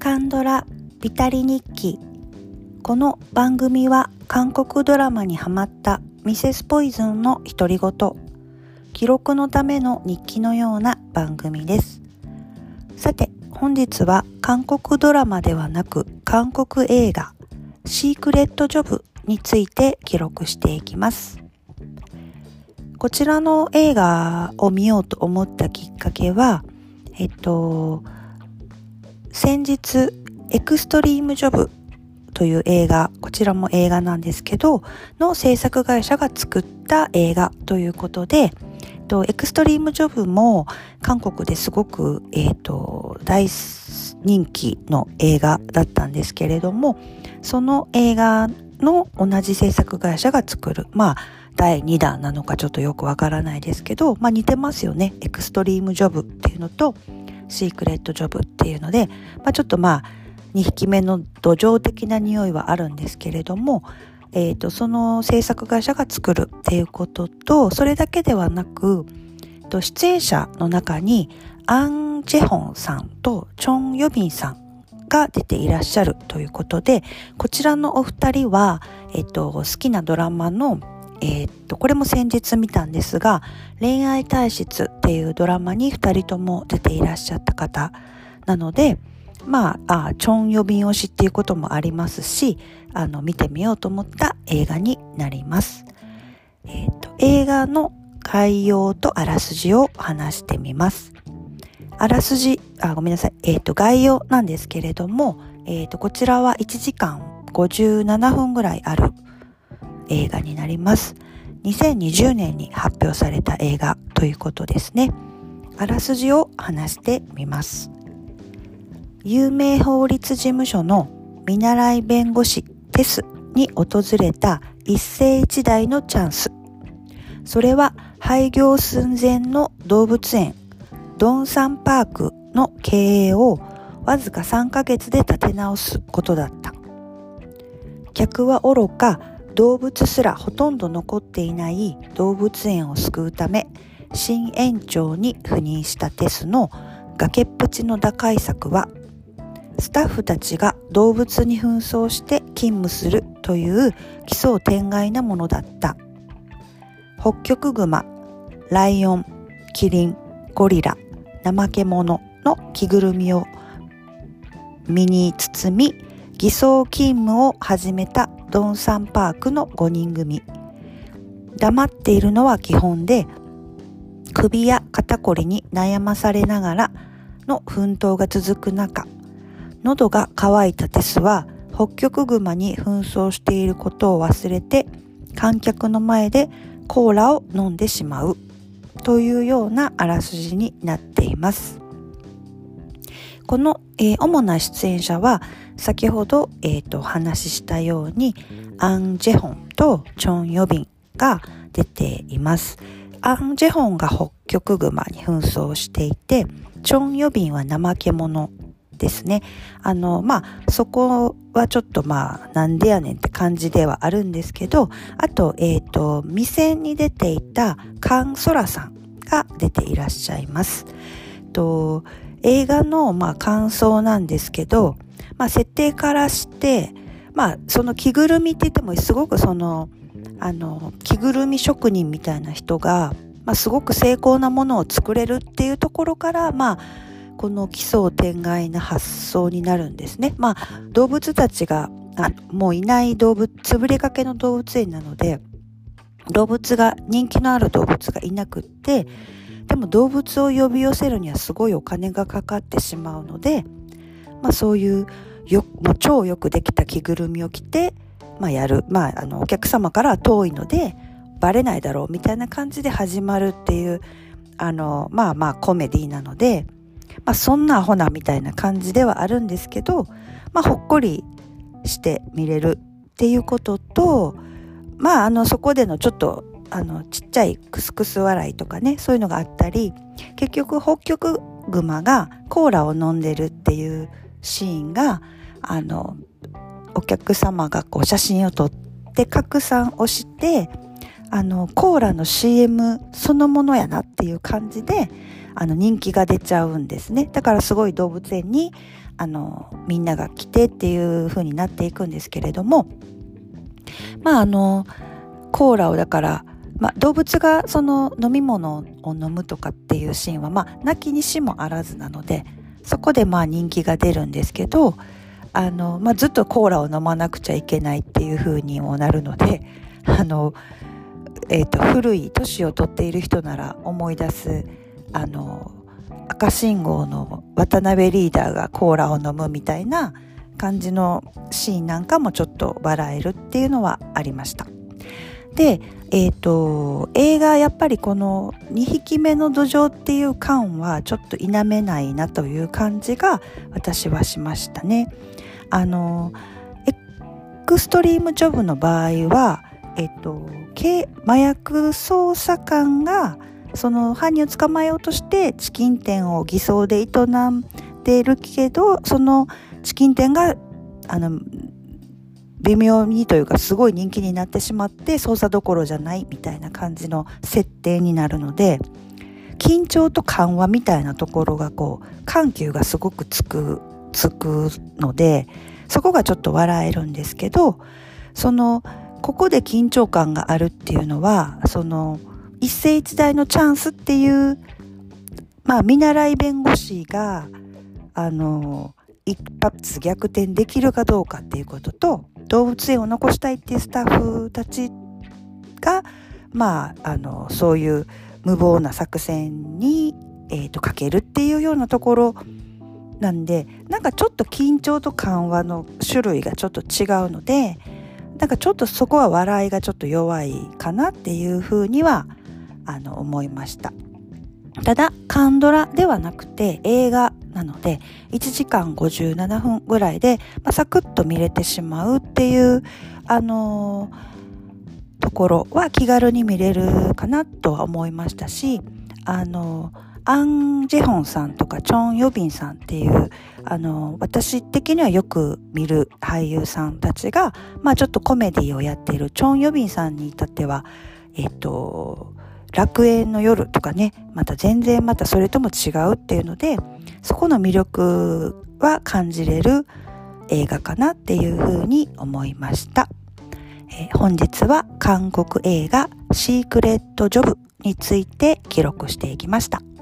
韓ドラビタリ日記。この番組は韓国ドラマにハマったミセスポイズンの独り言、記録のための日記のような番組です。さて、本日は韓国ドラマではなく韓国映画シークレットジョブについて記録していきます。こちらの映画を見ようと思ったきっかけは、先日エクストリームジョブという映画、こちらも映画なんですけどの制作会社が作った映画ということで、エクストリームジョブも韓国ですごく、大人気の映画だったんですけれども、その映画の同じ制作会社が作る、第2弾なのかちょっとよくわからないですけど、似てますよね。エクストリームジョブっていうのとシークレットジョブっていうので、ちょっと2匹目の土壌的な匂いはあるんですけれども、その制作会社が作るっていうことと、それだけではなく、出演者の中にアン・ジェホンさんとチョン・ヨビンさんが出ていらっしゃるということで、こちらのお二人は、好きなドラマのこれも先日見たんですが、恋愛体質っていうドラマに2人とも出ていらっしゃった方なので、チョン・ヨビン推しっていうこともありますし、見てみようと思った映画になります。映画の概要とあらすじを話してみます。概要なんですけれども、こちらは1時間57分ぐらいある映画になります。2020年に発表された映画ということですね。あらすじを話してみます。有名法律事務所の見習い弁護士テスに訪れた一世一代のチャンス。それは廃業寸前の動物園ドンサンパークの経営をわずか3ヶ月で立て直すことだった。客はおろか、動物すらほとんど残っていない動物園を救うため、新園長に赴任したテスの崖っぷちの打開策は、スタッフたちが動物に扮装して勤務するという奇想天外なものだった。ホッキョクグマ、ライオン、キリン、ゴリラ、ナマケモノの着ぐるみを身に包み、偽装勤務を始めたドンサンパークの5人組。黙っているのは基本で、首や肩こりに悩まされながらの奮闘が続く中、喉が渇いたテスはホッキョクグマに扮装していることを忘れて、観客の前でコーラを飲んでしまうというようなあらすじになっています。この、主な出演者は先ほど、お話ししたようにアン・ジェホンとチョン・ヨビンが出ています。アン・ジェホンがホッキョクグマに扮装していて、チョン・ヨビンは怠け者ですね。そこはちょっとなんでやねんって感じではあるんですけど、あと、店に出ていたカン・ソラさんが出ていらっしゃいます。映画の感想なんですけど、設定からして、その着ぐるみって言ってもすごく着ぐるみ職人みたいな人が、すごく精巧なものを作れるっていうところから、この奇想天外な発想になるんですね。動物たちがもういない潰れかけの動物園なので、人気のある動物がいなくって、でも動物を呼び寄せるにはすごいお金がかかってしまうので、そういうもう超よくできた着ぐるみを着て、やる。お客様からは遠いのでバレないだろうみたいな感じで始まるっていうコメディなので、そんなアホなみたいな感じではあるんですけど、ほっこりして見れるっていうことと、そこでのちょっとちっちゃいクスクス笑いとかね、そういうのがあったり、結局ホッキョクグマがコーラを飲んでるっていうシーンがお客様が写真を撮って拡散をして、 コーラの CM そのものやなっていう感じで人気が出ちゃうんですね。だからすごい動物園にみんなが来てっていう風になっていくんですけれども、コーラをだから、動物がその飲み物を飲むとかっていうシーンはなきにしもあらずなので、そこで人気が出るんですけど、ずっとコーラを飲まなくちゃいけないっていう風にもなるので、古い年を取っている人なら思い出す赤信号の渡辺リーダーがコーラを飲むみたいな感じのシーンなんかもちょっと笑えるっていうのはありました。で、映画やっぱりこの2匹目の土壌っていう感はちょっと否めないなという感じが私はしましたね。エクストリームジョブの場合は麻薬捜査官がその犯人を捕まえようとしてチキン店を偽装で営んでいるけど、そのチキン店が微妙にというかすごい人気になってしまって捜査どころじゃないみたいな感じの設定になるので、緊張と緩和みたいなところが緩急がすごくつくので、そこがちょっと笑えるんですけど、ここで緊張感があるっていうのは一世一代のチャンスっていう見習い弁護士が一発逆転できるかどうかっていうことと、動物園を残したいっていうスタッフたちがそういう無謀な作戦にかけるっていうようなところなんで、ちょっと緊張と緩和の種類がちょっと違うので、ちょっとそこは笑いがちょっと弱いかなっていうふうには思いました。ただカンドラではなくて映画なので1時間57分ぐらいで、サクッと見れてしまうっていうところは気軽に見れるかなとは思いましたし、アン・ジェホンさんとかチョン・ヨビンさんっていう私的にはよく見る俳優さんたちがちょっとコメディをやっている。チョン・ヨビンさんに至っては楽園の夜とかね、全然それとも違うっていうので、そこの魅力は感じれる映画かなっていうふうに思いました。本日は韓国映画シークレットジョブについて記録していきました。